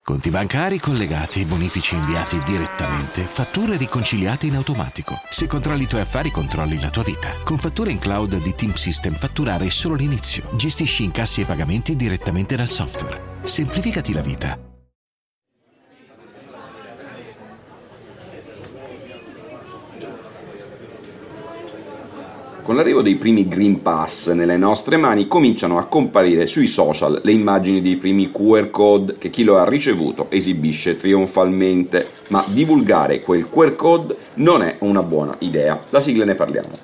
Conti bancari collegati, bonifici inviati direttamente, fatture riconciliate in automatico. Se controlli i tuoi affari, controlli la tua vita. Con fatture in cloud di Team System fatturare è solo l'inizio. Gestisci incassi e pagamenti direttamente dal software. Semplificati la vita. Con l'arrivo dei primi Green Pass nelle nostre mani cominciano a comparire sui social le immagini dei primi QR code che chi lo ha ricevuto esibisce trionfalmente, ma divulgare quel QR code non è una buona idea. La sigla ne parliamo.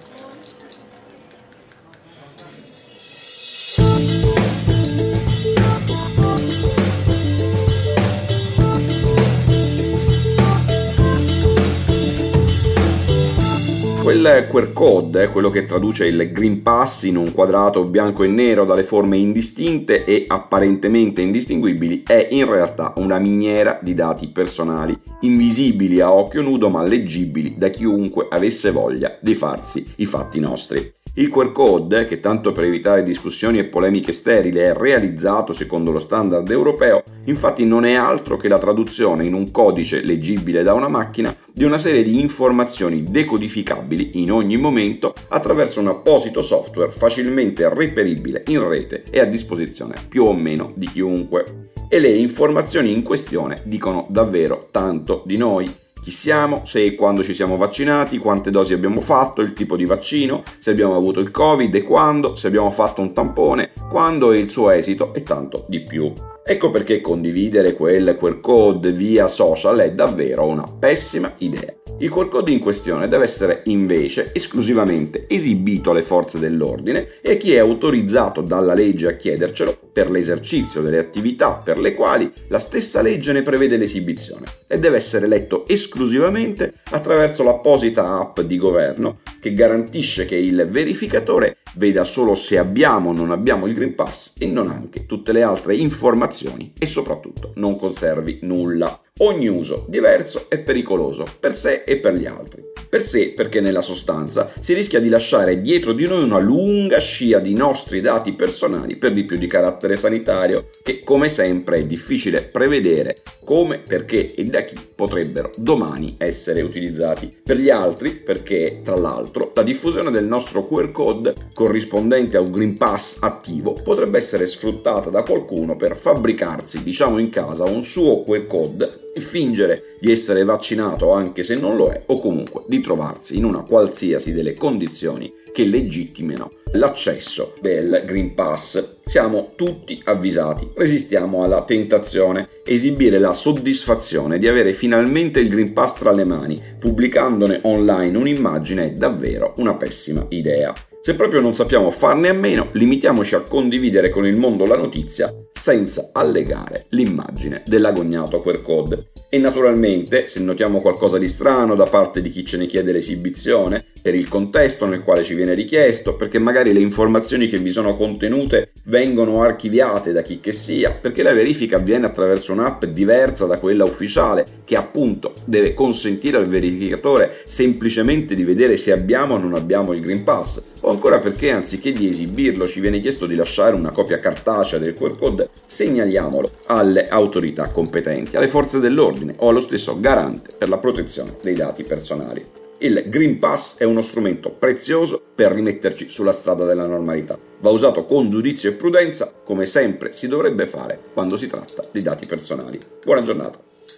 Quel QR code, quello che traduce il Green Pass in un quadrato bianco e nero dalle forme indistinte e apparentemente indistinguibili, è in realtà una miniera di dati personali, invisibili a occhio nudo ma leggibili da chiunque avesse voglia di farsi i fatti nostri. Il QR code, che tanto per evitare discussioni e polemiche sterili è realizzato secondo lo standard europeo, infatti non è altro che la traduzione in un codice leggibile da una macchina di una serie di informazioni decodificabili in ogni momento attraverso un apposito software facilmente reperibile in rete e a disposizione più o meno di chiunque. E le informazioni in questione dicono davvero tanto di noi. Chi siamo, se e quando ci siamo vaccinati, quante dosi abbiamo fatto, il tipo di vaccino, se abbiamo avuto il Covid e quando, se abbiamo fatto un tampone, quando e il suo esito e tanto di più. Ecco perché condividere quel QR code via social è davvero una pessima idea. Il QR code in questione deve essere invece esclusivamente esibito alle forze dell'ordine e a chi è autorizzato dalla legge a chiedercelo per l'esercizio delle attività per le quali la stessa legge ne prevede l'esibizione, e deve essere letto esclusivamente attraverso l'apposita app di governo che garantisce che il verificatore veda solo se abbiamo o non abbiamo il Green Pass e non anche tutte le altre informazioni, e soprattutto non conservi nulla. Ogni uso diverso è pericoloso per sé e per gli altri. Per sé perché nella sostanza si rischia di lasciare dietro di noi una lunga scia di nostri dati personali, per di più di carattere sanitario, che come sempre è difficile prevedere come, perché e da chi potrebbero domani essere utilizzati. Per gli altri perché, tra l'altro, la diffusione del nostro QR code corrispondente a un Green Pass attivo potrebbe essere sfruttata da qualcuno per fabbricarsi, diciamo in casa, un suo QR code e fingere di essere vaccinato anche se non lo è, o comunque di trovarsi in una qualsiasi delle condizioni che legittimino l'accesso del Green Pass. Siamo tutti avvisati, resistiamo alla tentazione. Esibire la soddisfazione di avere finalmente il Green Pass tra le mani, pubblicandone online un'immagine, è davvero una pessima idea. Se proprio non sappiamo farne a meno, limitiamoci a condividere con il mondo la notizia senza allegare l'immagine dell'agognato QR code. E naturalmente, se notiamo qualcosa di strano da parte di chi ce ne chiede l'esibizione, per il contesto nel quale ci viene richiesto, perché magari le informazioni che vi sono contenute vengono archiviate da chi che sia, perché la verifica avviene attraverso un'app diversa da quella ufficiale, che appunto deve consentire al verificatore semplicemente di vedere se abbiamo o non abbiamo il Green Pass, o ancora perché anziché di esibirlo ci viene chiesto di lasciare una copia cartacea del QR code, segnaliamolo alle autorità competenti, alle forze dell'ordine o allo stesso garante per la protezione dei dati personali. Il Green Pass è uno strumento prezioso per rimetterci sulla strada della normalità. Va usato con giudizio e prudenza, come sempre si dovrebbe fare quando si tratta di dati personali. Buona giornata.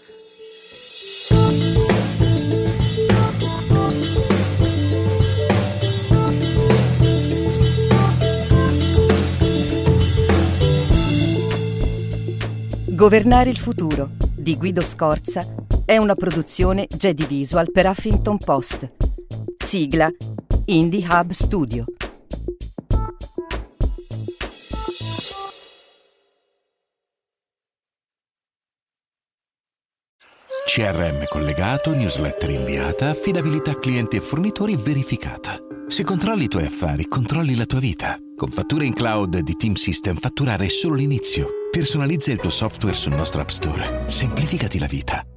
Governare il futuro di Guido Scorza è una produzione Jedi Visual per Huffington Post. Sigla Indie Hub Studio. CRM collegato, newsletter inviata, affidabilità clienti e fornitori verificata. Se controlli i tuoi affari, controlli la tua vita. Con fatture in cloud di Team System fatturare è solo l'inizio. Personalizza il tuo software sul nostro App Store. Semplificati la vita.